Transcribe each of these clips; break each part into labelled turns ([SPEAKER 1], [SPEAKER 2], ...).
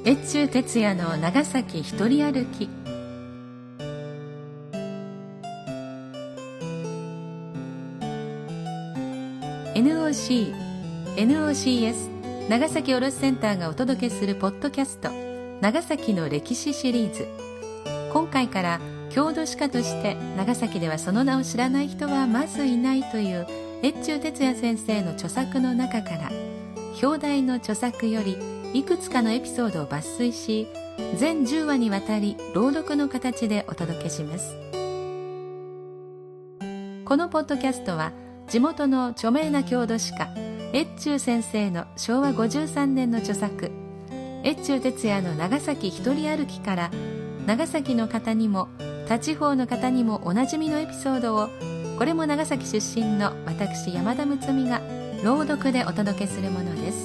[SPEAKER 1] 越中哲也の長崎一人歩き。NOC、NOCS 長崎卸センターがお届けするポッドキャスト、長崎の歴史シリーズ。今回から郷土史家として長崎ではその名を知らない人はまずいないという越中哲也先生の著作の中から、表題の著作よりいくつかのエピソードを抜粋し、全10話にわたり朗読の形でお届けします。このポッドキャストは地元の著名な郷土史家越中先生の昭和53年の著作、越中哲也の長崎一人歩きから、長崎の方にも他地方の方にもおなじみのエピソードを、これも長崎出身の私山田睦美が朗読でお届けするものです。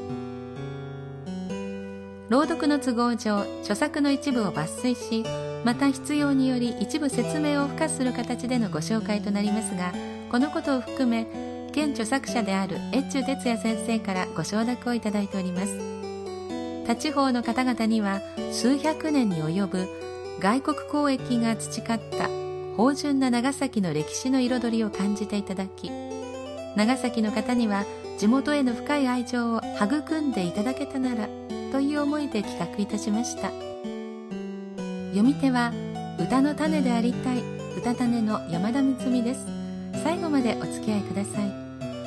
[SPEAKER 1] 朗読の都合上、著作の一部を抜粋し、また必要により一部説明を付加する形でのご紹介となりますが、このことを含め現著作者である越中哲也先生からご承諾をいただいております。他地方の方々には数百年に及ぶ外国交易が培った芳醇な長崎の歴史の彩りを感じていただき、長崎の方には地元への深い愛情を育んでいただけたならという思いで企画いたしました。読み手は歌の種でありたい歌種の山田睦美です。最後までお付き合いください。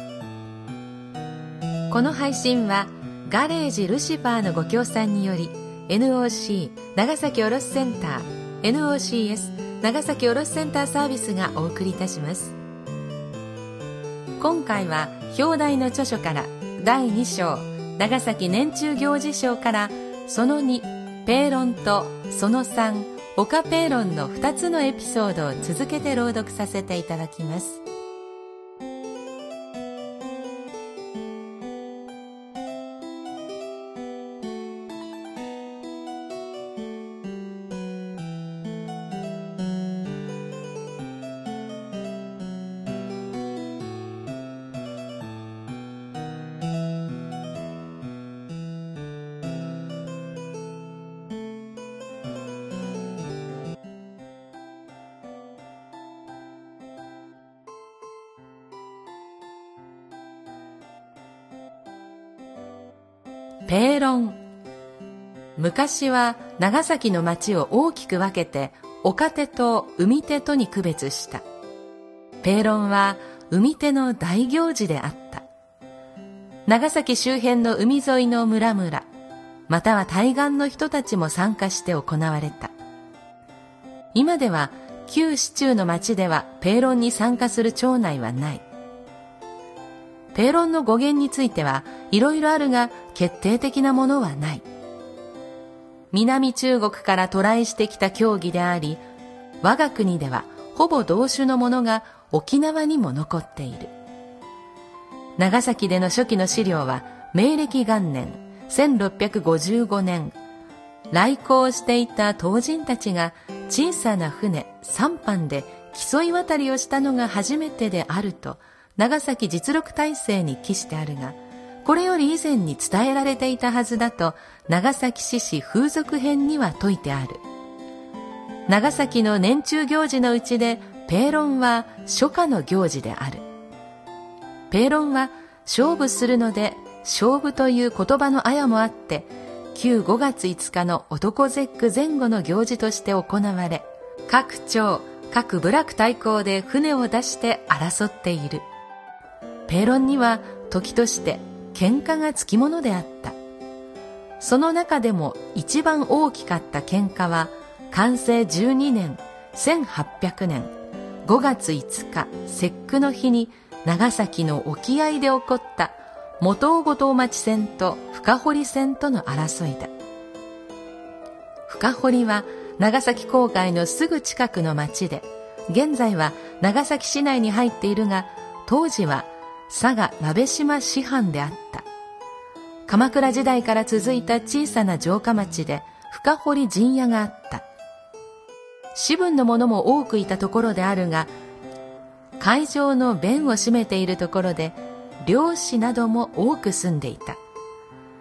[SPEAKER 1] この配信はガレージルシファーのご協賛により NOC 長崎卸センター NOCS 長崎卸センターサービスがお送りいたします。今回は表題の著書から第2章長崎年中行事章からその2ペーロンとその3岡ペーロンの2つのエピソードを続けて朗読させていただきます。ペーロン。昔は長崎の町を大きく分けて岡手と海手とに区別した。ペーロンは海手の大行事であった。長崎周辺の海沿いの村々、または対岸の人たちも参加して行われた。今では旧市中の町ではペーロンに参加する町内はない。ペーロンの語源についてはいろいろあるが決定的なものはない。南中国から渡来してきた教義であり、我が国ではほぼ同種のものが沖縄にも残っている。長崎での初期の資料は明暦元年1655年、来航していた唐人たちが小さな船3帆で競い渡りをしたのが初めてであると長崎実録大成に記してあるが、これより以前に伝えられていたはずだと長崎市史風俗編には説いてある。長崎の年中行事のうちでペーロンは初夏の行事である。ペーロンは勝負するので勝負という言葉のあやもあって、旧5月5日の男節句前後の行事として行われ、各町各部落対抗で船を出して争っている。ペーロンには時として喧嘩がつきものであった。その中でも一番大きかった喧嘩は寛政12年1800年5月5日節句の日に長崎の沖合で起こった元大後町線と深堀線との争いだ。深堀は長崎郊外のすぐ近くの町で、現在は長崎市内に入っているが、当時は佐賀鍋島師範であった。鎌倉時代から続いた小さな城下町で深堀陣屋があった。士分の者も多くいたところであるが、海上の弁を占めているところで漁師なども多く住んでいた。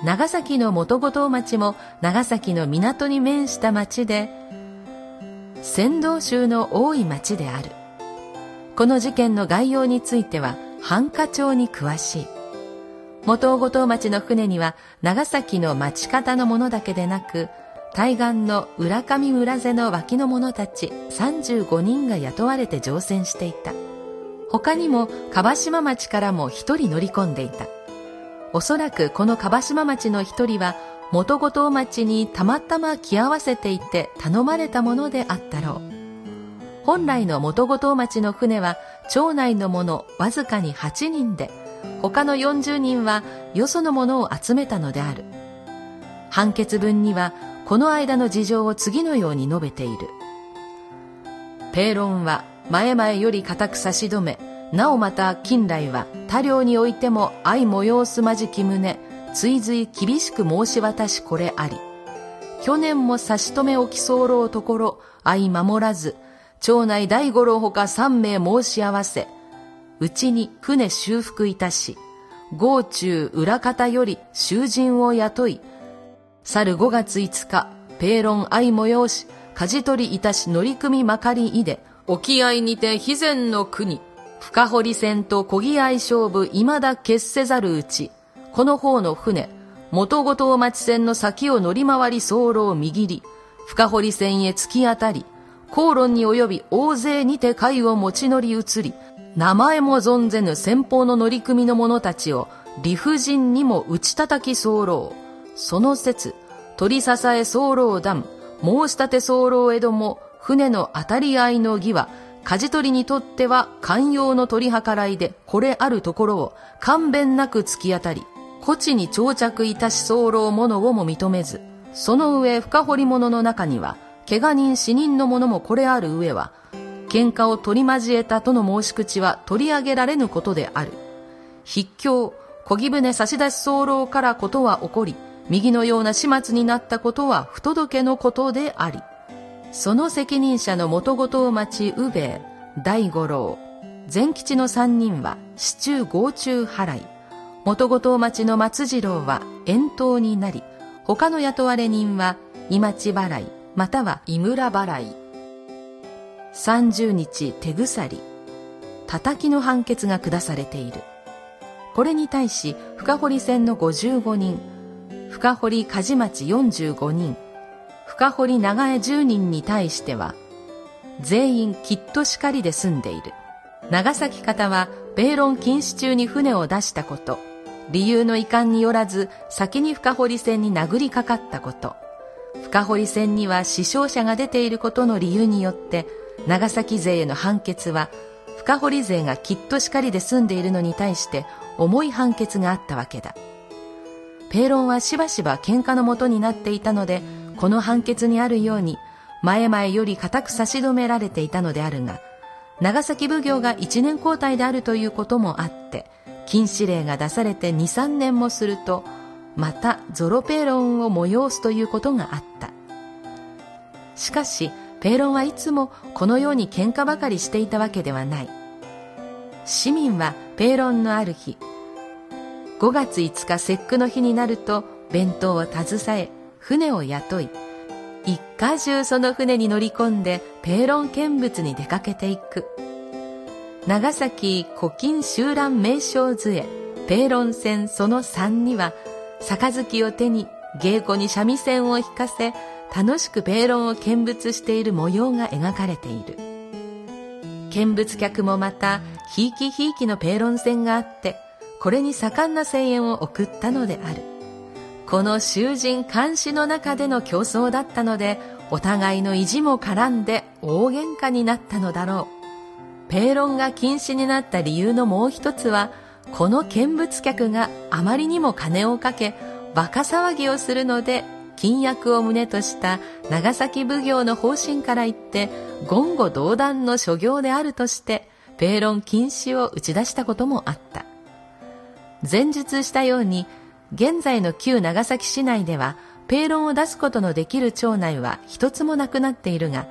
[SPEAKER 1] 長崎の元後藤町も長崎の港に面した町で、船頭衆の多い町である。この事件の概要については繁華町に詳しい。元後藤町の船には長崎の町方の者だけでなく、対岸の浦上村瀬の脇の者たち35人が雇われて乗船していた。他にも樺島町からも一人乗り込んでいた。おそらくこの樺島町の一人は元後藤町にたまたま来合わせていて頼まれたものであったろう。本来の元後藤町の船は町内の者わずかに8人で、他の40人はよその者を集めたのである。判決文にはこの間の事情を次のように述べている。ペーロンは前々より固く差し止め、なおまた近来は他領においても相催すまじき旨、追随厳しく申し渡しこれあり。去年も差し止め置き候ところ、相守らず、町内第五郎ほか3名申し合わせ、うちに船修復いたし、郷中裏方より囚人を雇い、去る5月5日、ペーロン相催し、舵取りいたし乗組まかりいで、沖合にて肥前の国、深堀船と漕ぎ合い勝負未だ決せざるうち、この方の船、元後藤町船の先を乗り回り走路を右り、深堀船へ突き当たり、口論に及び大勢にて海を持ち乗り移り、名前も存ぜぬ先方の乗組の者たちを理不尽にも打ち叩き候。その説、取り支え候団、申し立て候へども、船の当たり合いの儀は、舵取りにとっては寛容の取り計らいで、これあるところを勘弁なく突き当たり、故地に長着いたし候者をも認めず、その上深掘り者の中には、怪我人死人の者もこれある上は、喧嘩を取り交えたとの申し口は取り上げられぬことである。筆境、漕ぎ船差し出し候からことは起こり、右のような始末になったことは不届けのことであり、その責任者の元後藤町宇兵衛、大五郎、善吉の3人は市中合中払い、元後藤町の松次郎は遠島になり、他の雇われ人は井町払いまたは井村払い。30日手鎖、叩きの判決が下されている。これに対し深堀船の55人、深堀梶町45人、深堀長江10人に対しては、全員きっと叱りで済んでいる。長崎方は米論禁止中に船を出したこと、理由の遺憾によらず先に深堀船に殴りかかったこと、深堀船には死傷者が出ていることの理由によって、長崎勢への判決は、深堀勢がきっと叱りで済んでいるのに対して重い判決があったわけだ。ペーロンはしばしば喧嘩のもとになっていたので、この判決にあるように前々より固く差し止められていたのであるが、長崎奉行が1年交代であるということもあって禁止令が出されて 2,3 年もすると、またゾロペーロンを催すということがあった。しかしペーロンはいつもこのように喧嘩ばかりしていたわけではない。市民はペーロンのある日、5月5日節句の日になると弁当を携え船を雇い、一家中その船に乗り込んでペーロン見物に出かけていく。長崎古今集覧名称図へペーロン船その3には、杯を手に芸妓に三味線を弾かせ、楽しくペーロンを見物している模様が描かれている。見物客もまたひいきひいきのペーロン船があって、これに盛んな声援を送ったのである。この囚人監視の中での競争だったので、お互いの意地も絡んで大喧嘩になったのだろう。ペーロンが禁止になった理由のもう一つは、この見物客があまりにも金をかけバカ騒ぎをするので、禁約を旨とした長崎奉行の方針から言って言語道断の所業であるとしてペーロン禁止を打ち出したこともあった。前述したように、現在の旧長崎市内ではペーロンを出すことのできる町内は一つもなくなっているが、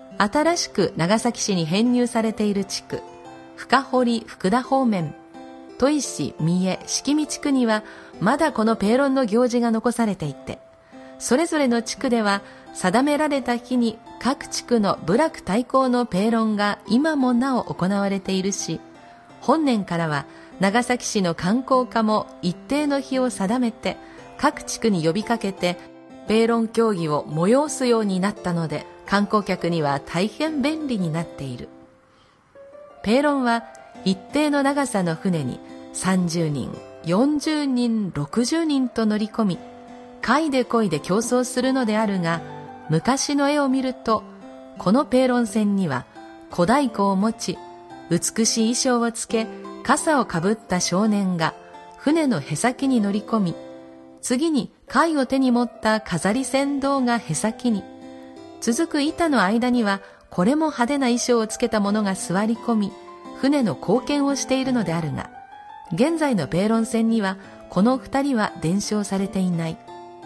[SPEAKER 1] 新しく長崎市に編入されている地区、深堀福田方面、 砥石、三重、敷見地区にはまだこのペーロンの行事が残されていて、それぞれの地区では定められた日に各地区の部落対抗のペーロンが今もなお行われているし、本年からは長崎市の観光課も一定の日を定めて各地区に呼びかけてペーロン競技を催すようになったので、観光客には大変便利になっている。ペーロンは一定の長さの船に30人、40人、60人と乗り込み、貝で漕いで競争するのであるが、昔の絵を見ると、このペーロン船には小太鼓を持ち、美しい衣装をつけ、傘をかぶった少年が船の舳先に乗り込み、次に貝を手に持った飾り船頭が舳先に、続く板の間にはこれも派手な衣装をつけた者が座り込み、船の貢献をしているのであるが、現在のペーロン船にはこの二人は伝承されていない。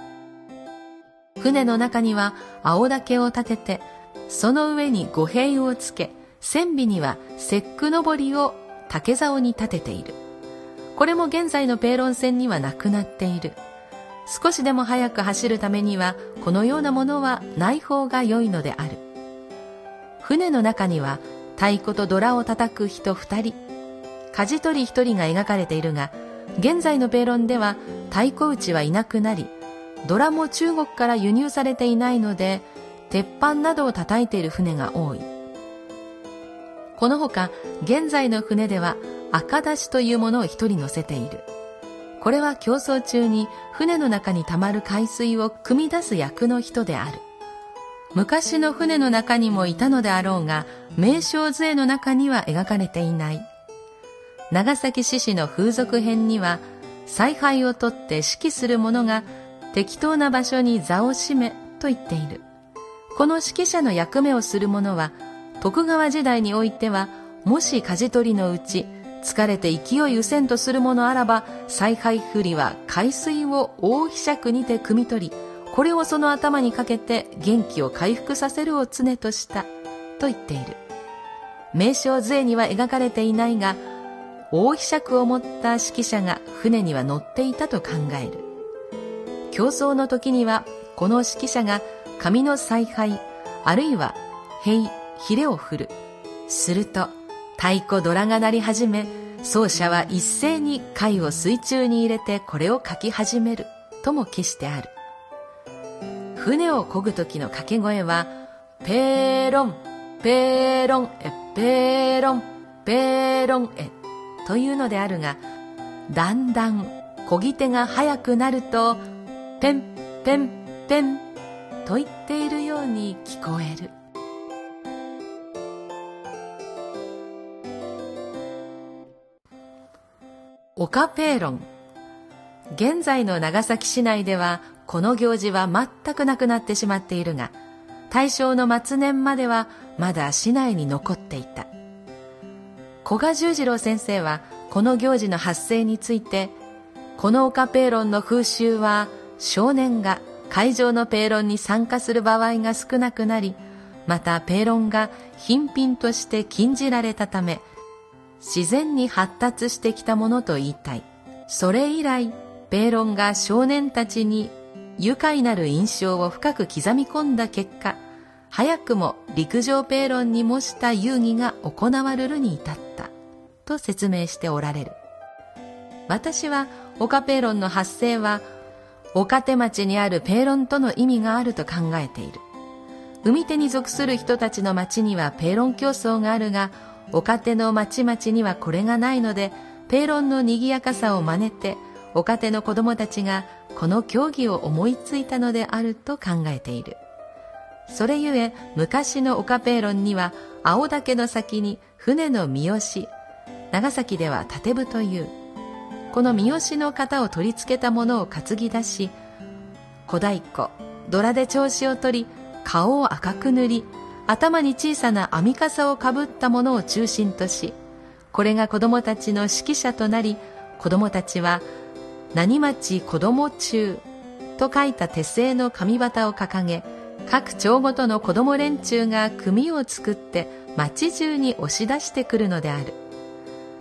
[SPEAKER 1] 船の中には青竹を立てて、その上に御幣をつけ、船尾には節句のぼりを竹竿に立てている。これも現在のペーロン船にはなくなっている。少しでも早く走るためにはこのようなものはない方が良いのである。船の中には太鼓とドラを叩く人2人、舵取り1人が描かれているが、現在のペーロンでは太鼓打ちはいなくなり、ドラも中国から輸入されていないので、鉄板などを叩いている船が多い。このほか現在の船では赤出しというものを1人乗せている。これは競争中に船の中にたまる海水を汲み出す役の人である。昔の船の中にもいたのであろうが、名称図絵の中には描かれていない。長崎市史の風俗編には、采配をとって指揮する者が適当な場所に座を占めと言っている。この指揮者の役目をする者は、徳川時代においては、もし舵取りのうち疲れて勢いうせんとするものあらば、采配振りは海水を大ひしゃくにて汲み取り、これをその頭にかけて元気を回復させるを常としたと言っている。名称図絵には描かれていないが、大ひしゃくを持った指揮者が船には乗っていたと考える。競争の時にはこの指揮者が紙の采配あるいは兵ひれを振る。すると太鼓ドラが鳴り始め、奏者は一斉に貝を水中に入れてこれを書き始めるとも記してある。船を漕ぐ時の掛け声はペーロンペーロンエペーロンペーロンエというのであるが、だんだん漕ぎ手が速くなるとペンペンペンと言っているように聞こえる。岡ペーロン。現在の長崎市内ではこの行事は全くなくなってしまっているが、大正の末年まではまだ市内に残っていた。古賀十次郎先生はこの行事の発生について、この岡ペーロンの風習は少年が海上のペーロンに参加する場合が少なくなり、またペーロンが品品として禁じられたため、自然に発達してきたものと言いたい。それ以来、ペーロンが少年たちに愉快なる印象を深く刻み込んだ結果、早くも陸上ペーロンに模した遊戯が行われるに至ったと説明しておられる。私は岡ペーロンの発生は岡手町にあるペーロンとの意味があると考えている。海手に属する人たちの町にはペーロン競争があるが、岡手の町々にはこれがないので、ペーロンの賑やかさを真似て岡手の子供たちがこの競技を思いついたのであると考えている。それゆえ昔の岡ペーロンには青竹の先に船の三好、長崎では立部という、この三好の型を取り付けたものを担ぎ出し、小太鼓、ドラで調子を取り、顔を赤く塗り、頭に小さな編み笠をかぶったものを中心とし、これが子供たちの指揮者となり、子供たちは何町子供中と書いた手製の紙旗を掲げ、各町ごとの子供連中が組を作って町中に押し出してくるのである。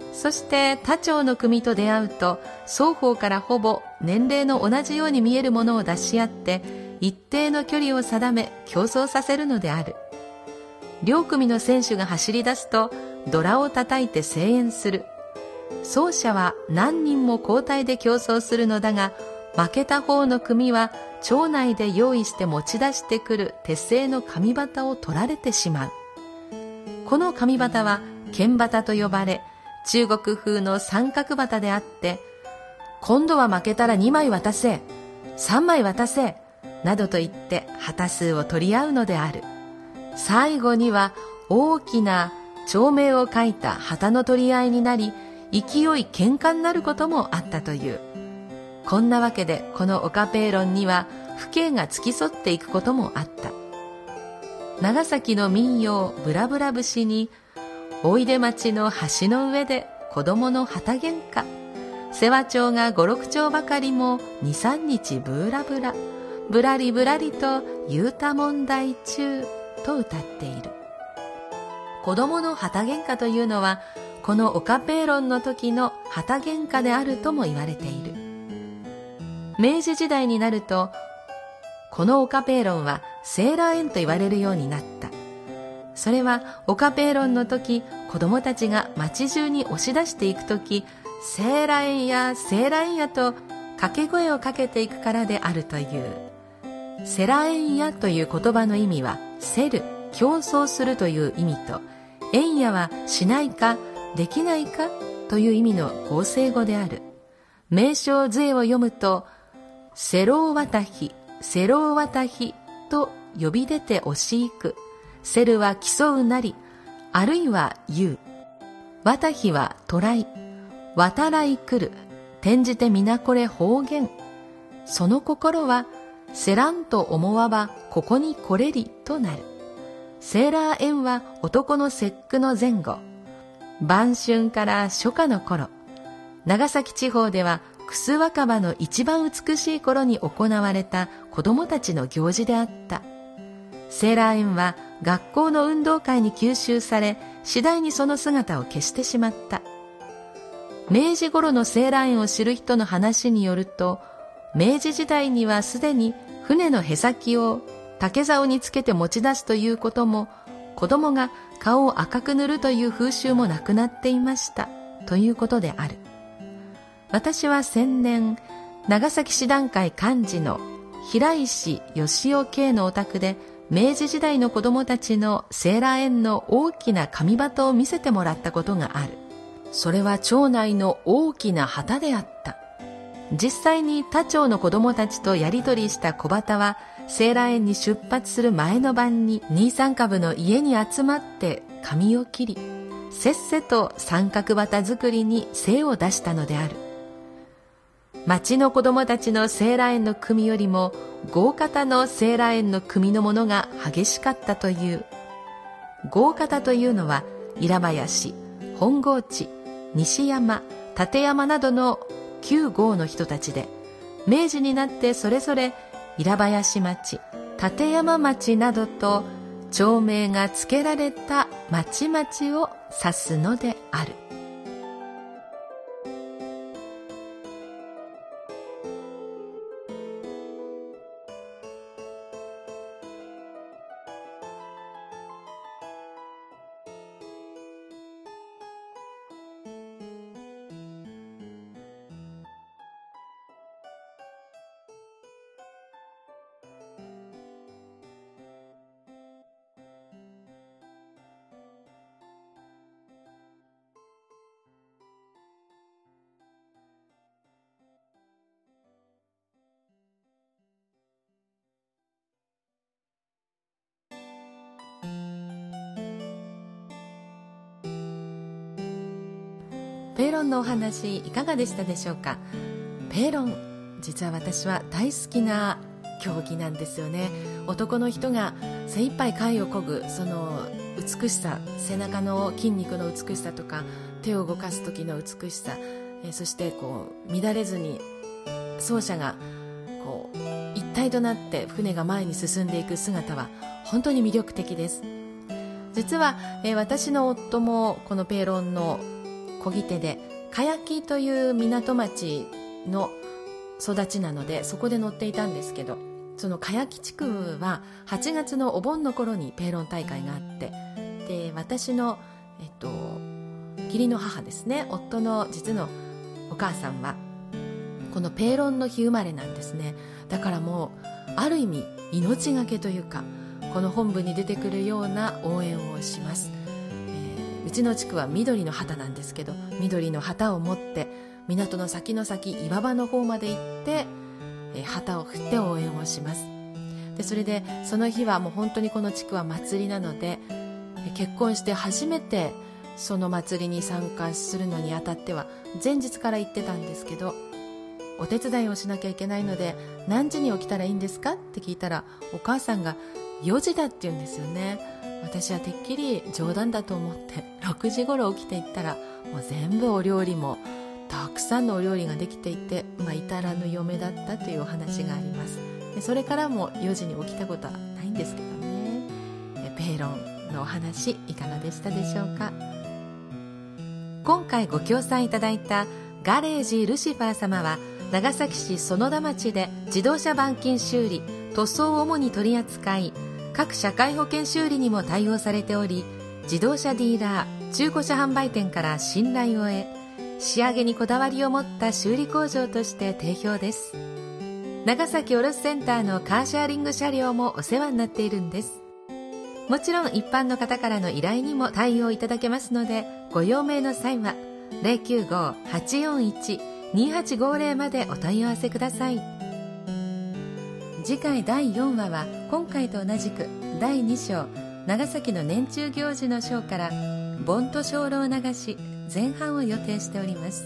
[SPEAKER 1] そして他町の組と出会うと、双方からほぼ年齢の同じように見えるものを出し合って一定の距離を定め競争させるのである。両組の選手が走り出すとドラを叩いて声援する。走者は何人も交代で競争するのだが、負けた方の組は町内で用意して持ち出してくる鉄製の紙旗を取られてしまう。この紙旗は剣旗と呼ばれ、中国風の三角旗であって、今度は負けたら2枚渡せ、3枚渡せ、などと言って旗数を取り合うのである。最後には大きな町名を書いた旗の取り合いになり、勢い喧嘩になることもあったという。こんなわけでこのオカペーロンには父兄が付き添っていくこともあった。長崎の民謡ブラブラ節に、おいで町の橋の上で子供の旗喧嘩、世話町が5、6丁ばかりも2、3日ブーラブラ、ぶらりぶらりと言うた問題中と歌っている。子供の旗喧嘩というのは、このオカペーロンの時の旗喧嘩であるとも言われている。明治時代になると、このオカペーロンはセーラー園と言われるようになった。それはオカペーロンの時、子供たちが町中に押し出していく時、セーラー園やセーラー園やと掛け声をかけていくからであるという。セラ園やという言葉の意味は、競る、競争するという意味と、園やはしないか、できないかという意味の合成語である。名称図を読むと、セローワタヒ、セローワタヒと呼び出て押し行く。セルは競うなり、あるいは言う。ワタヒはトライ、渡らい来る。転じて皆これ方言。その心は、せらんと思わばここに来れりとなる。セーラー園は男の節句の前後、晩春から初夏の頃、長崎地方ではクス若葉の一番美しい頃に行われた子供たちの行事であった。セーラー園は学校の運動会に吸収され、次第にその姿を消してしまった。明治頃のセーラー園を知る人の話によると、明治時代にはすでに船のへさきを竹竿につけて持ち出すということも、子供が顔を赤く塗るという風習もなくなっていましたということである。私は先年、長崎市団会幹事の平石義雄慶のお宅で、明治時代の子供たちのセーラー園の大きな紙旗を見せてもらったことがある。それは町内の大きな旗であった。実際に他町の子供たちとやり取りした小旗は、セーラー園に出発する前の晩に兄さん株の家に集まって紙を切り、せっせと三角旗作りに精を出したのである。町の子供たちのセーラー園の組よりも、豪方のセーラー園の組のものが激しかったという。豪方というのは、稲林、本郷地、西山、立山などの旧郷の人たちで、明治になってそれぞれ稲林町、立山町などと町名が付けられた町々を指すのである。ペーロンのお話いかがでしたでしょうか。ペーロン、実は私は大好きな競技なんですよね。男の人が精一杯回を漕ぐその美しさ、背中の筋肉の美しさとか、手を動かす時の美しさ、そして乱れずに走者が一体となって船が前に進んでいく姿は本当に魅力的です。実は、私の夫もこのペーロンの小木手で茅木という港町の育ちなので、そこで乗っていたんですけど、その茅木地区は8月のお盆の頃にペーロン大会があって、で私の、義理の母ですね、夫の実のお母さんはこのペーロンの日生まれなんですね。だからもうある意味命がけというか、この本部に出てくるような応援をします。うちの地区は緑の旗なんですけど、緑の旗を持って港の先の先、岩場の方まで行って旗を振って応援をします。でそれでその日はもう本当にこの地区は祭りなので、結婚して初めてその祭りに参加するのにあたっては前日から行ってたんですけど、お手伝いをしなきゃいけないので何時に起きたらいいんですかって聞いたら、お母さんが4時だって言うんですよね。私はてっきり冗談だと思って6時頃起きていったら、もう全部お料理もたくさんのお料理ができていて、至らぬ嫁だったというお話があります。でそれからも4時に起きたことはないんですけどね。ペーロンのお話いかがでしたでしょうか。今回ご協賛いただいたガレージルシファー様は、長崎市園田町で自動車板金修理、塗装を主に取り扱い、各社会保険修理にも対応されており、自動車ディーラー、中古車販売店から信頼を得、仕上げにこだわりを持った修理工場として定評です。長崎卸センターのカーシェアリング車両もお世話になっているんです。もちろん一般の方からの依頼にも対応いただけますので、ご用命の際は 095-841-2850 までお問い合わせください。次回第4話は今回と同じく第2章、長崎の年中行事の章から盆と精霊流し前半を予定しております。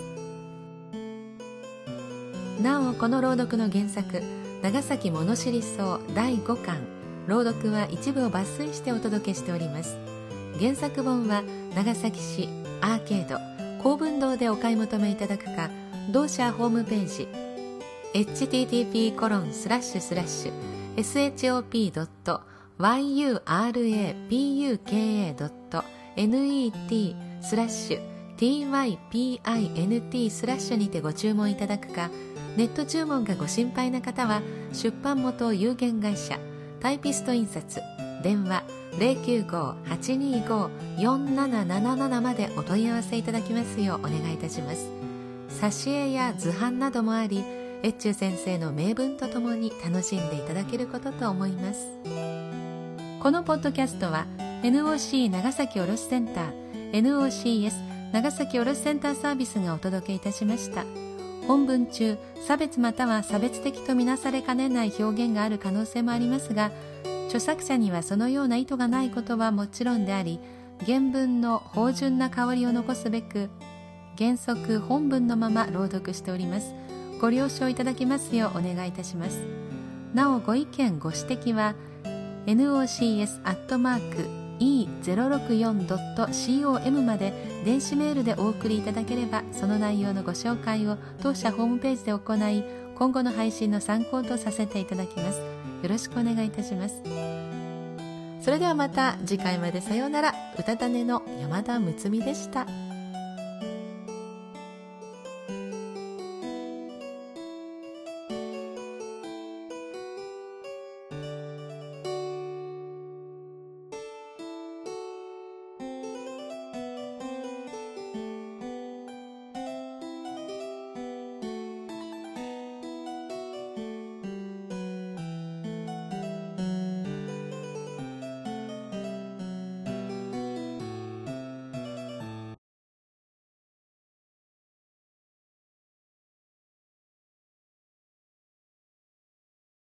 [SPEAKER 1] なおこの朗読の原作、長崎物知り草第5巻、朗読は一部を抜粋してお届けしております。原作本は長崎市アーケード公文堂でお買い求めいただくか、同社ホームページhttp://shop.yurupuka.net/typint/ にてご注文いただくか、ネット注文がご心配な方は出版元有限会社タイピスト印刷、電話 095-825-4777 までお問い合わせいただきますようお願いいたします。挿絵や図版などもあり、越中先生の名文とともに楽しんでいただけることと思います。このポッドキャストは NOC 長崎卸センター NOCS 長崎卸センターサービスがお届けいたしました。本文中、差別または差別的とみなされかねない表現がある可能性もありますが、著作者にはそのような意図がないことはもちろんであり、原文の芳醇な香りを残すべく原則本文のまま朗読しております。ご了承いただきますようお願いいたします。なおご意見ご指摘は nocs@e064.com まで電子メールでお送りいただければ、その内容のご紹介を当社ホームページで行い、今後の配信の参考とさせていただきます。よろしくお願いいたします。それではまた次回まで。さようなら。うたたねの山田睦美でした。